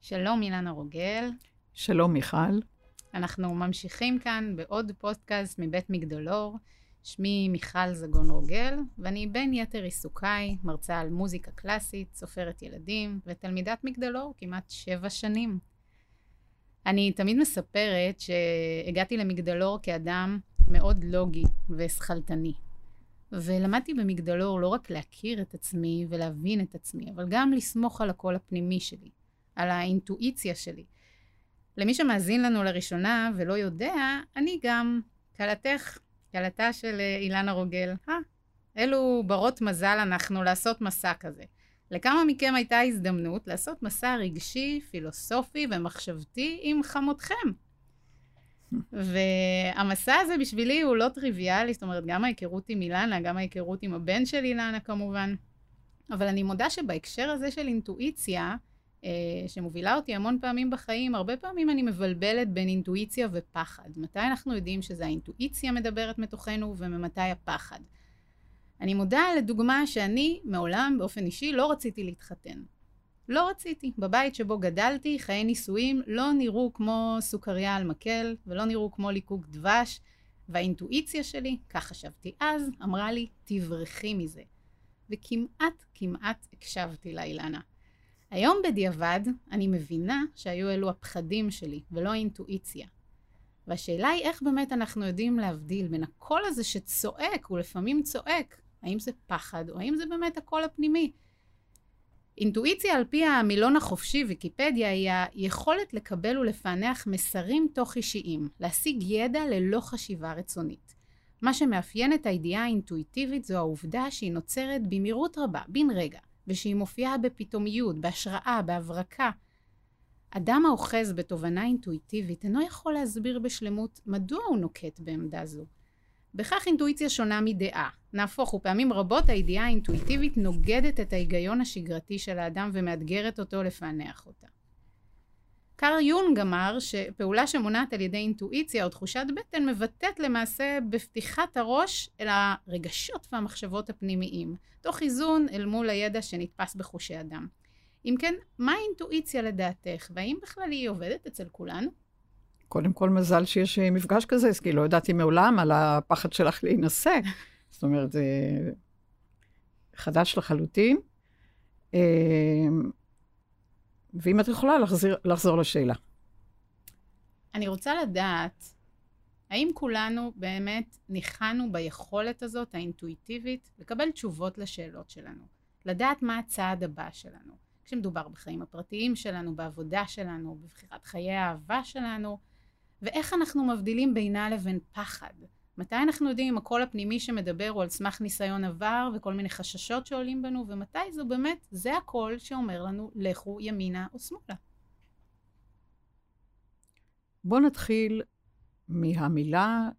שלום אילנה רוגל. שלום מיכל. אנחנו ממשיכים כאן בעוד פודקאסט מבית מגדלור. שמי מיכל זגון רוגל, ואני בין יתר עיסוקיי מרצה על מוזיקה קלאסית, סופרת ילדים ותלמידת מגדלור כמעט 7 שנים. אני תמיד מספרת שהגעתי למגדלור כאדם מאוד לוגי וסחלטני. ולמדתי במגדלור לא רק להכיר את עצמי ולהבין את עצמי, אבל גם לסמוך על הקול הפנימי שלי, על האינטואיציה שלי. למי שמאזין לנו לראשונה ולא יודע, אני גם קלתה של אילנה רוגל. אלו ברות מזל אנחנו לעשות מסע כזה. לכמה מכם הייתה הזדמנות לעשות מסע רגשי, פילוסופי ומחשבתי עם חמותכם. והמסע הזה בשבילי הוא לא טריוויאלי, זאת אומרת, גם ההיכרות עם אילנה, גם ההיכרות עם הבן של אילנה כמובן. אבל אני מודה שבהקשר הזה של אינטואיציה, שמובילה אותי המון פעמים בחיים, הרבה פעמים אני מבלבלת בין אינטואיציה ופחד. מתי אנחנו יודעים שזה האינטואיציה מדברת מתוכנו וממתי הפחד? אני מודה לדוגמה שאני מעולם באופן אישי לא רציתי להתחתן. לא רציתי. בבית שבו גדלתי, חיי נישואים לא נראו כמו סוכריה על מקל, ולא נראו כמו ליקוק דבש, והאינטואיציה שלי, כך חשבתי אז, אמרה לי, תברחי מזה. וכמעט הקשבתי לאילנה. היום בדיעבד אני מבינה שהיו אלו הפחדים שלי, ולא האינטואיציה. והשאלה היא איך באמת אנחנו יודעים להבדיל בין הקול הזה שצועק, ולפעמים צועק, האם זה פחד, או האם זה באמת הקול הפנימי. אינטואיציה על פי המילון החופשי ויקיפדיה היא היכולת לקבל ולפענח מסרים תוך אישיים, להשיג ידע ללא חשיבה רצונית. מה שמאפיין את הידיעה האינטואיטיבית זו העובדה שהיא נוצרת במהירות רבה, בן רגע, ושהיא מופיעה בפתאומיות, בהשראה, בהברקה. אדם האוחז בתובנה אינטואיטיבית אינו יכול להסביר בשלמות מדוע הוא נוקט בעמדה זו. בכך אינטואיציה שונה מדעה. נהפוך, ופעמים רבות הידיעה האינטואיטיבית נוגדת את ההיגיון השגרתי של האדם ומאתגרת אותו לפענח אותה. קארל יונג אמר שפעולה שמונעת על ידי אינטואיציה או תחושת בטן מבטאת למעשה בפתיחת הראש אל הרגשות והמחשבות הפנימיים, תוך איזון אל מול הידע שנתפס בחושי אדם. אם כן, מה האינטואיציה לדעתך, והאם בכלל היא עובדת אצל כולנו? קודם כל מזל שיש מפגש כזה, כי לא ידעתי מעולם על הפחד שלך להינשא. זאת אומרת, זה חדש לחלוטין. ואם את יכולה לחזור לשאלה. אני רוצה לדעת, האם כולנו באמת ניחנו ביכולת הזאת, האינטואיטיבית, לקבל תשובות לשאלות שלנו? לדעת מה הצעד הבא שלנו. כשמדובר בחיים הפרטיים שלנו, בעבודה שלנו, בבחירת חיי האהבה שלנו, ואיך אנחנו מבדילים בינה לבין פחד. מתי אנחנו יודעים אם הקול הפנימי שמדבר הוא על סמך ניסיון עבר וכל מיני חששות שעולים בנו, ומתי זו באמת, זה הקול שאומר לנו, לכו ימינה או שמאלה. בוא נתחיל מהמילה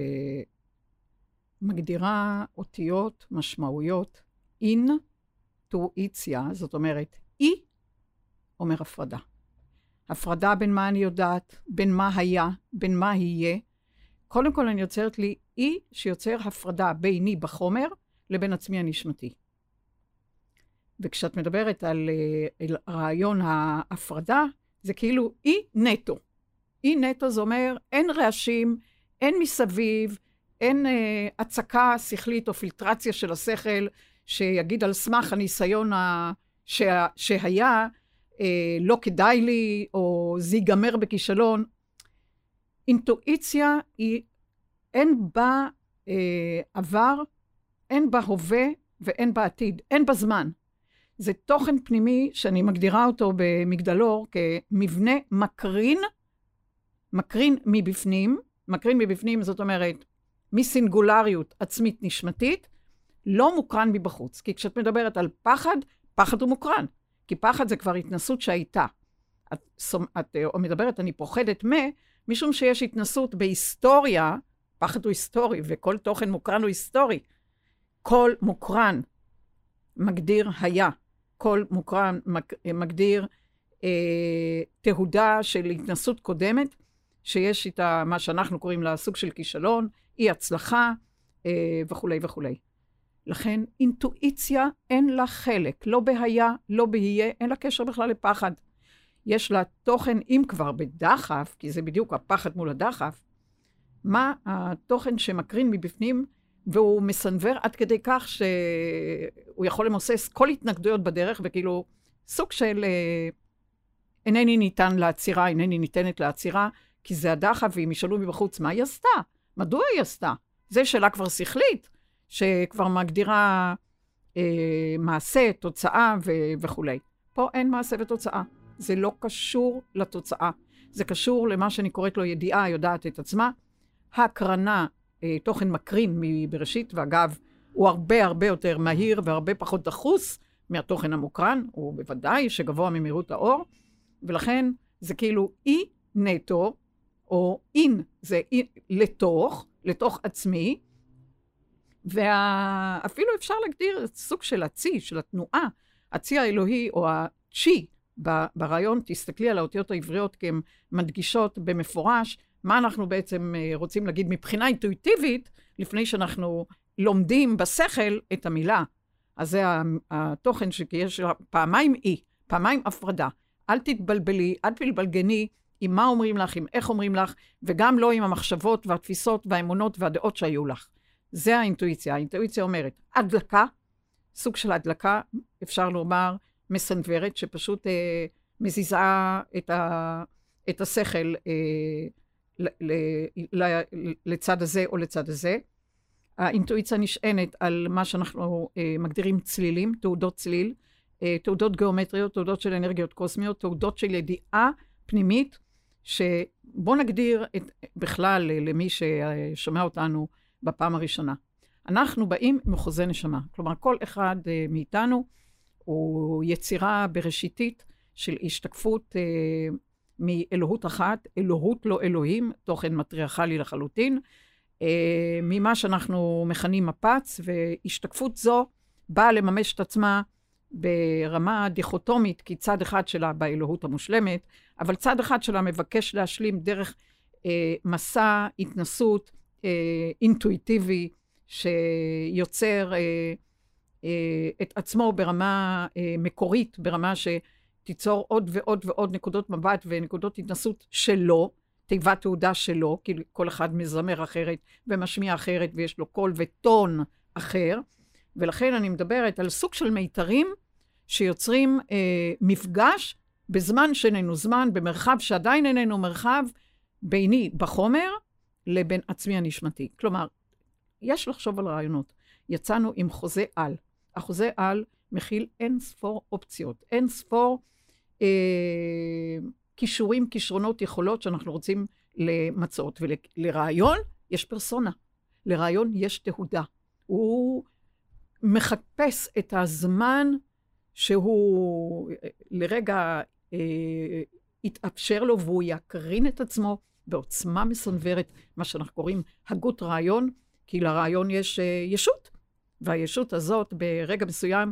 שמגדירה אותיות, משמעויות, אינטואיציה, זאת אומרת, אי אומר הפרדה. הפרדה בין מה אני יודעת, בין מה היה, בין מה יהיה. קודם כל אני יוצרת לי אי שיוצר הפרדה ביני בחומר לבין עצמי הנשמתי. וכשאת מדברת על רעיון ההפרדה, זה כאילו אי נטו. אי נטו זה אומר אין רעשים, אין מסביב, אין הצקה שכלית או פילטרציה של השכל שיגיד על סמך הניסיון שהיה, לא כדאי לי, או זה ייגמר בכישלון. אינטואיציה היא, אין בה עבר, אין בה הווה ואין בה עתיד, אין בה זמן. זה תוכן פנימי שאני מגדירה אותו במגדלור כמבנה מקרין מבפנים. מקרין מבפנים זאת אומרת מסינגולריות עצמית נשמתית, לא מוקרן מבחוץ. כי כשאת מדברת על פחד, פחד הוא מוקרן. כי פחד זה כבר התנסות שהייתה. את מדברת, אני פוחדת משום שיש התנסות בהיסטוריה, פחד הוא היסטורי, וכל תוכן מוקרן הוא היסטורי. כל מוקרן מגדיר היה. כל מוקרן מגדיר תהודה של התנסות קודמת, שיש איתה מה שאנחנו קוראים לה סוג של כישלון, אי הצלחה וכו' וכו'. לכן אינטואיציה אין לה חלק, לא בהיה, לא בהיה, אין לה קשר בכלל לפחד. יש לה תוכן, אם כבר בדחף, כי זה בדיוק הפחד מול הדחף, מה התוכן שמקרין מבפנים, והוא מסנבר עד כדי כך שהוא יכול למוסס כל התנגדויות בדרך, וכאילו סוג של אינני ניתן לעצירה, אינני ניתנת לעצירה, כי זה הדחף, ואם ישאלו מבחוץ, מה היא עשתה? מדוע היא עשתה? זו שאלה כבר שכלית, שכבר מגדירה מעשה, תוצאה וכו'. פה אין מעשה ותוצאה. זה לא קשור לתוצאה. זה קשור למה שאני קוראת לו ידיעה, יודעת את עצמה. הקרנה, תוכן מקרין מבראשית, ואגב, הוא הרבה יותר מהיר והרבה פחות דחוס מהתוכן המוקרן, הוא בוודאי שגבוה ממהירות האור, ולכן זה כאילו אי נטו, או אין, זה לתוך עצמי, ואפילו אפשר להגדיר סוג של הצי, של התנועה, הצי האלוהי או הצ'י ברעיון, תסתכלי על האותיות העבריות כי הן מדגישות במפורש, מה אנחנו בעצם רוצים להגיד מבחינה אינטואיטיבית, לפני שאנחנו לומדים בשכל את המילה. אז זה התוכן שיש פעמיים אי, פעמיים הפרדה. אל תתבלבלי, אל תתבלגני עם מה אומרים לך, עם איך אומרים לך, וגם לא עם המחשבות והתפיסות והאמונות והדעות שהיו לך. זה האינטואיציה. האינטואיציה אומרת, הדלקה, סוג של הדלקה, אפשר לומר, מסנוורת, שפשוט מזיזה את השכל לצד הזה או לצד הזה. האינטואיציה נשענת על מה שאנחנו מגדירים צלילים, תעודות צליל, תעודות גיאומטריות, תעודות של אנרגיות קוסמיות, תעודות של ידיעה פנימית, שבוא נגדיר בכלל למי ששומע אותנו בפעם הראשונה. אנחנו באים מחוזה נשמה, כלומר כל אחד מאיתנו הוא יצירה בראשיתית של השתקפות מאלוהות אחת, אלוהות לא אלוהים, תוכן מטריארכלי לחלוטין, ממה שאנחנו מכנים מפץ, והשתקפות זו באה לממש את עצמה ברמה דיכוטומית, כי צד אחד שלה באלוהות המושלמת, אבל צד אחד שלה מבקש להשלים דרך מסע התנסות אינטואיטיבי, שיוצר את עצמו ברמה מקורית, ברמה שתיצור עוד ועוד ועוד נקודות מבט ונקודות התנסות שלו, תיבת תעודה שלו, כי כל אחד מזמר אחרת ומשמיע אחרת, ויש לו קול וטון אחר, ולכן אני מדברת על סוג של מיתרים שיוצרים מפגש בזמן שאיננו זמן, במרחב שעדיין איננו מרחב, ביני בחומר לבין עצמי הנשמתי. כלומר, יש לחשוב על רעיונות. יצאנו עם חוזה על. החוזה על מכיל אין ספור אופציות, אין ספור כישורים, כישרונות, יכולות שאנחנו רוצים למצות. ולרעיון יש פרסונה, לרעיון יש תהודה. הוא מחפש את הזמן שהוא לרגע יתאפשר לו, והוא יקרין את עצמו בעוצמה מסנוורת, מה שאנחנו קוראים הגות רעיון, כי לרעיון יש ישות, והישות הזאת ברגע מסוים,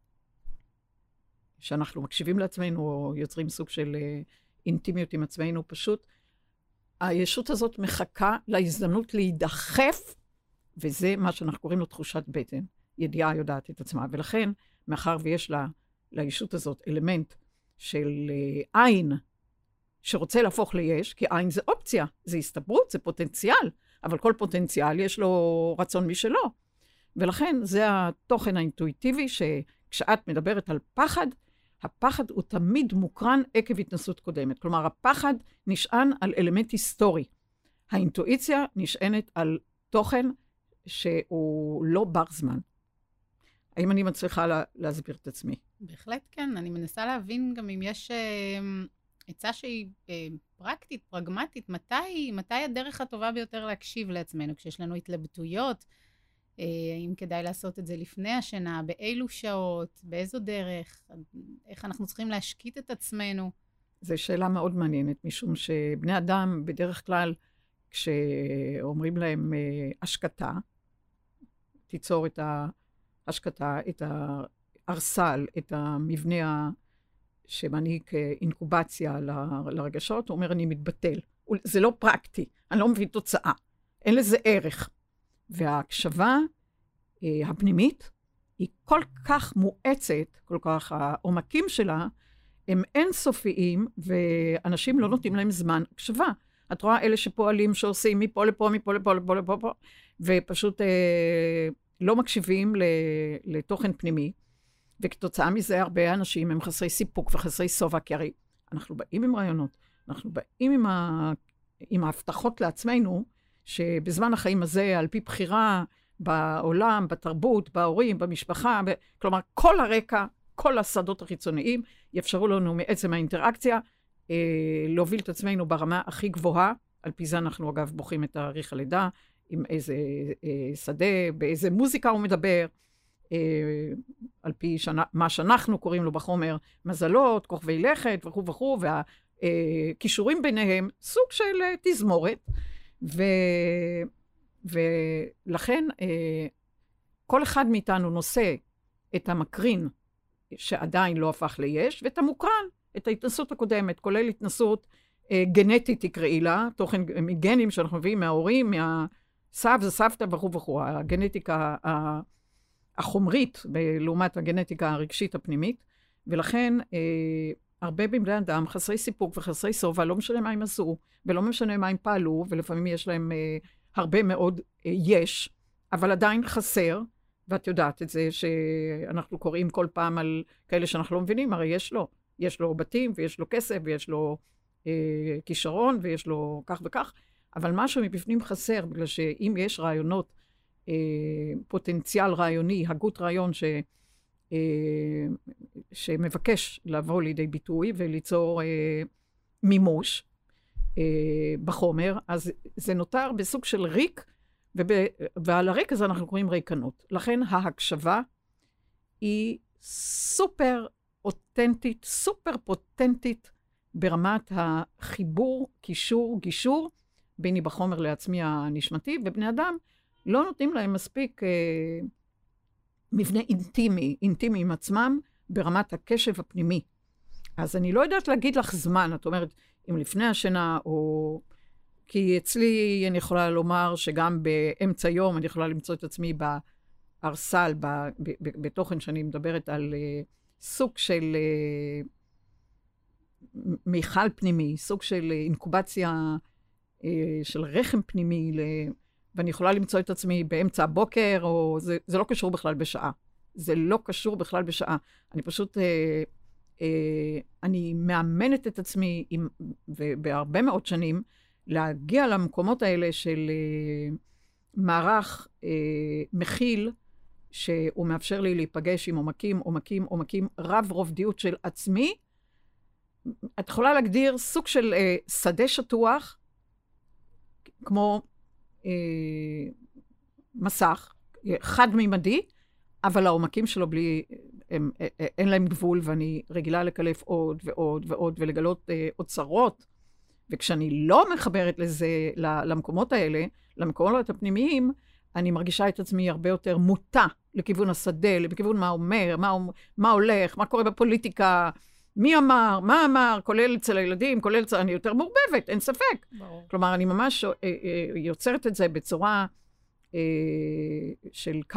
שאנחנו מקשיבים לעצמנו, או יוצרים סוג של אינטימיות עם עצמנו, פשוט הישות הזאת מחכה להזדמנות להידחף, וזה מה שאנחנו קוראים לו תחושת בטן, ידיעה יודעת את עצמה. ולכן, מאחר ויש לישות הזאת אלמנט של עין, שרוצה להפוך ליש, כי עין זה אופציה, זה הסתברות, זה פוטנציאל, אבל כל פוטנציאל יש לו רצון משלו. ולכן זה התוכן האינטואיטיבי, שכשאת מדברת על פחד, הפחד הוא תמיד מוקרן עקב התנסות קודמת. כלומר, הפחד נשען על אלמנט היסטורי. האינטואיציה נשענת על תוכן שהוא לא בר זמן. האם אני מצליחה להסביר את עצמי? בהחלט כן. אני מנסה להבין גם אם יש עצה שהיא פרקטית, פרגמטית, מתי הדרך הטובה ביותר להקשיב לעצמנו, כשיש לנו התלבטויות, האם כדאי לעשות את זה לפני השינה, באילו שעות, באיזו דרך, איך אנחנו צריכים להשקיט את עצמנו. זו שאלה מאוד מעניינת, משום שבני אדם בדרך כלל, כשאומרים להם השקטה, תיצור את ההשקטה, את הארסל, את המבנה שמעניק אינקובציה לרגשות, הוא אומר, אני מתבטל. זה לא פרקטי, אני לא מביא תוצאה, אין לזה ערך. וההקשבה הפנימית היא כל כך מואצת, כל כך העומקים שלה, הם אינסופיים, ואנשים לא נותנים להם זמן הקשבה. את רואה אלה שפועלים, שעושים מפה לפה, מפה לפה, לפה לפה, ופשוט לא מקשיבים לתוכן פנימי, וכתוצאה מזה הרבה אנשים הם חסרי סיפוק וחסרי סובה, כי הרי אנחנו באים עם רעיונות, אנחנו באים עם ההבטחות לעצמנו, שבזמן החיים הזה, על פי בחירה בעולם, בתרבות, בהורים, במשפחה, כלומר, כל הרקע, כל השדות החיצוניים, יאפשרו לנו מעצם האינטראקציה, להוביל את עצמנו ברמה הכי גבוהה, על פי זה אנחנו אגב בוחרים את תאריך הלידה, עם איזה שדה, באיזה מוזיקה הוא מדבר, על פי מה שאנחנו קוראים לו בחומר, מזלות, כוכבי לכת וכו' וכו', והכישורים ביניהם, סוג של תזמורת, ולכן כל אחד מאיתנו נושא את המקרין שעדיין לא הפך ליש, ואת המוקרן, את ההתנסות הקודמת, כולל התנסות גנטית תקראי לה, תוכן מגנים שאנחנו מביאים מההורים, מהסב וסבתא וכו' וכו', הגנטיקה החומרית לעומת הגנטיקה הרגשית הפנימית, ולכן הרבה בני אדם חסרי סיפוק וחסרי סובה, לא משנה מה הם עשו, ולא משנה מה הם פעלו, ולפעמים יש להם הרבה מאוד יש, אבל עדיין חסר, ואת יודעת את זה שאנחנו קוראים כל פעם על כאלה שאנחנו לא מבינים, הרי יש לו בתים, ויש לו כסף, ויש לו כישרון, ויש לו כך וכך, אבל משהו מבפנים חסר, בגלל שאם יש רעיונות, פוטנציאל רעיוני, הגות רעיון שמבקש לבוא לידי ביטוי וליצור מימוש בחומר, אז זה נותר בסוג של ריק, ועל הריק הזה אנחנו קוראים ריקנות. לכן ההקשבה היא סופר אותנטית, סופר פוטנטית ברמת החיבור, קישור, גישור, ביני בחומר לעצמי הנשמתי, ובני אדם לא נותנים להם מספיק מבנה אינטימי עם עצמם, ברמת הקשב הפנימי. אז אני לא יודעת להגיד לך זמן, את אומרת, אם לפני השינה, או... כי אצלי אני יכולה לומר שגם באמצע יום אני יכולה למצוא את עצמי בארסל, בתוכן שאני מדברת על סוג של מיכל פנימי, סוג של אינקובציה של רחם פנימי, ואני יכולה למצוא את עצמי באמצע הבוקר, או זה לא קשור בכלל בשעה. זה לא קשור בכלל בשעה. אני פשוט, אני מאמנת את עצמי, בהרבה מאוד שנים, להגיע למקומות האלה של מערך מכיל, שהוא מאפשר לי להיפגש עם עומקים, רב רובדיות של עצמי. את יכולה להגדיר סוג של שדה שטוח, כמו מסך, חד-מימדי, אבל העומקים שלו אין להם גבול, ואני רגילה לקלף עוד ועוד ועוד, ולגלות אוצרות, וכשאני לא מחברת לזה, למקומות האלה, למקומות הפנימיים, אני מרגישה את עצמי הרבה יותר מוטה לכיוון השדה, לכיוון מה אומר, מה הולך, מה קורה בפוליטיקה, מי אמר, מה אמר, כולל אצל הילדים, כולל אצל... אני יותר מעורבבת, אין ספק. ברור. כלומר, אני ממש יוצרת את זה בצורה של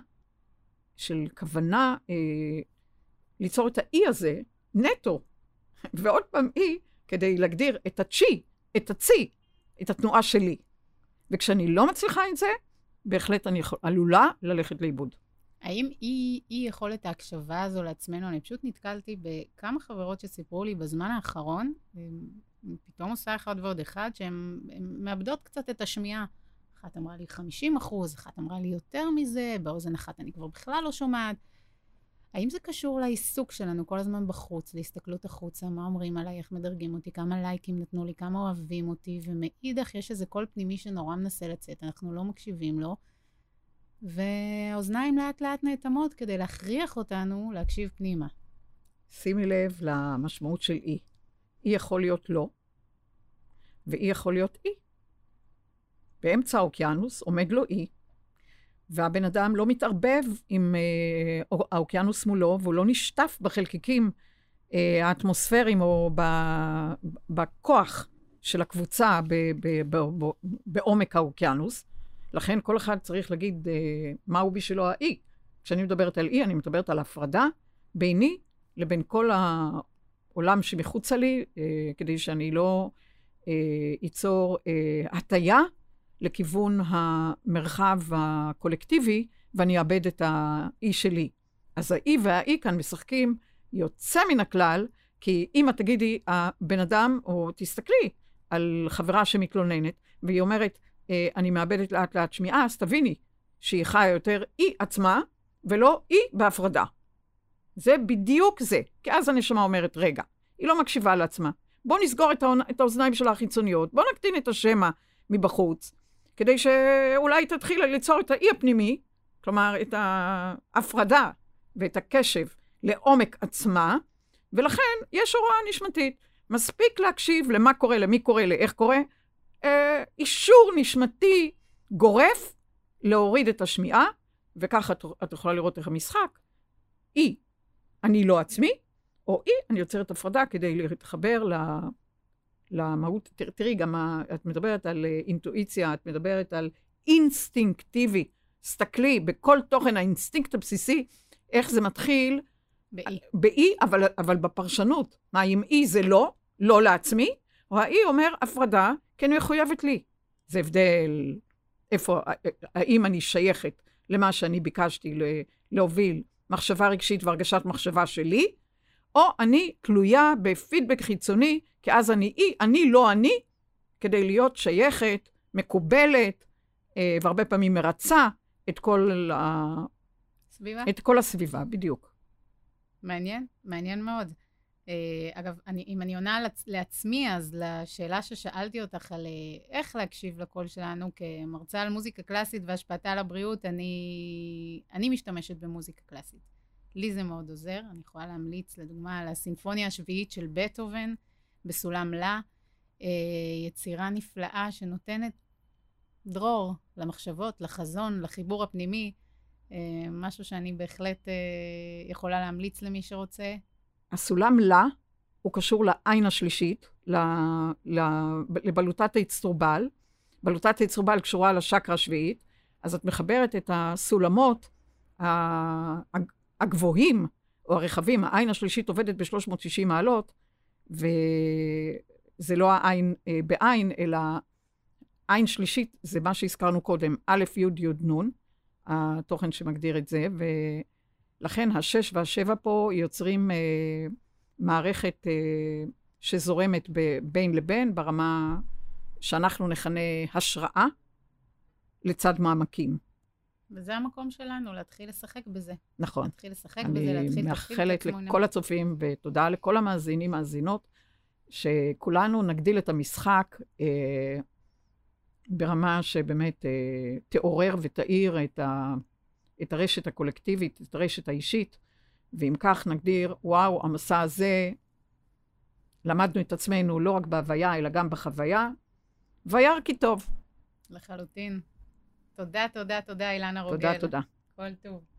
כוונה, ליצור את האי הזה, נטו, ועוד פעם אי, כדי להגדיר את הצ'י, את הצי, את התנועה שלי. וכשאני לא מצליחה את זה, בהחלט אני עלולה ללכת לאיבוד. האם אי יכולת ההקשבה הזו לעצמנו, אני פשוט נתקלתי בכמה חברות שסיפרו לי בזמן האחרון, פתאום עושה אחד ועוד אחד, שהן מאבדות קצת את השמיעה. אחת אמרה לי 50%, אחת אמרה לי יותר מזה, באוזן אחת אני כבר בכלל לא שומעת. האם זה קשור לעיסוק שלנו כל הזמן בחוץ, להסתכלות החוצה, מה אומרים עליי, איך מדרגים אותי, כמה לייקים נתנו לי, כמה אוהבים אותי, ומאידך יש איזה קול פנימי שנורא מנסה לצאת, אנחנו לא מקשיבים לו, והאוזניים לאט לאט נאטמות כדי להכריח אותנו להקשיב פנימה. שימי לב למשמעות של אי. אי יכול להיות לא, ואי יכול להיות אי. באמצע האוקיינוס עומד לו אי, והבן אדם לא מתערבב עם האוקיינוס מולו, והוא לא נשטף בחלקיקים האטמוספריים או בכוח של הקבוצה בעומק האוקיינוס. לכן כל אחד צריך להגיד מהו בשבילו האי. כשאני מדברת על אי, אני מדברת על הפרדה ביני לבין כל לעולם שמחוצה לי, כדי שאני לא ייצור הטיה לכיוון המרחב הקולקטיבי, ואני אאבד את האי שלי. אז האי והאי כאן משחקים יוצא מן הכלל, כי אם את תגידי, הבן אדם, או תסתכלי על חברה שמתלוננת, והיא אומרת, אני מאבדת לאט לאט שמיעה, אז תביני שהיא חיה יותר אי עצמה, ולא אי בהפרדה. זה בדיוק זה. כי אז הנשמה אומרת, רגע, היא לא מקשיבה לעצמה. בוא נסגור את האוזניים שלה החיצוניות, בוא נקטין את השמע מבחוץ, כדי שאולי תתחיל ליצור את האי הפנימי, כלומר, את ההפרדה ואת הקשב לעומק עצמה, ולכן יש הוראה נשמתית. מספיק להקשיב למה קורה, למי קורה, לאיך קורה. אישור נשמתי גורף להוריד את השמיעה, וככה את יכולה לראות איך המשחק. אי, אני לא עצמי, או אי, אני יוצרת הפרדה כדי להתחבר למהות. תראי, גם את מדברת על אינטואיציה, את מדברת על אינסטינקטיבי. סתכלי בכל תוכן האינסטינקט הבסיסי, איך זה מתחיל באי, אבל בפרשנות. מה, אם אי זה לא לעצמי, או האי אומר הפרדה, כן מחויבת לי. זה הבדל איפה, האם אני שייכת למה שאני ביקשתי להוביל מחשבה רגשית והרגשת מחשבה שלי, או אני תלויה בפידבק חיצוני, כי אז אני לא אני, כדי להיות שייכת, מקובלת, והרבה פעמים מרצה את כל הסביבה, בדיוק. מעניין, מעניין מאוד. אגב, אם אני עונה לעצמי, אז לשאלה ששאלתי אותך על איך להקשיב לקול שלנו כמרצה על מוזיקה קלאסית והשפעתה על הבריאות, אני משתמשת במוזיקה קלאסית. לי זה מאוד עוזר. אני יכולה להמליץ, לדוגמה, על הסימפוניה השביעית של בטהובן, בסולם לה, יצירה נפלאה שנותנת דרור למחשבות, לחזון, לחיבור הפנימי, משהו שאני בהחלט יכולה להמליץ למי שרוצה. הסולם לה הוא קשור לעין השלישית, לבלוטת האצטרובל. בלוטת האצטרובל קשורה לשקרה השביעית, אז את מחברת את הסולמות הגבוהים או הרחבים. העין השלישית עובדת ב-360 מעלות, וזה לא העין בעין, אלא עין שלישית זה מה שהזכרנו קודם, א', י', י', נ', התוכן שמגדיר את זה, ולכן השש והשבע פה יוצרים מערכת שזורמת בין לבין, ברמה שאנחנו נכנה השראה לצד מעמקים. וזה המקום שלנו, להתחיל לשחק בזה. נכון. להתחיל לשחק בזה, להתחיל אני מאחלת לכל הצופים, ותודה לכל המאזינים, מאזינות, שכולנו נגדיל את המשחק ברמה שבאמת תעורר ותאיר את הרשת הקולקטיבית, את הרשת האישית, ואם כך נגדיר, וואו, המסע הזה, למדנו את עצמנו לא רק בהוויה, אלא גם בחוויה, וירא כי טוב. לחלוטין. תודה, תודה, תודה, אילנה רוגל. תודה, תודה. כל טוב.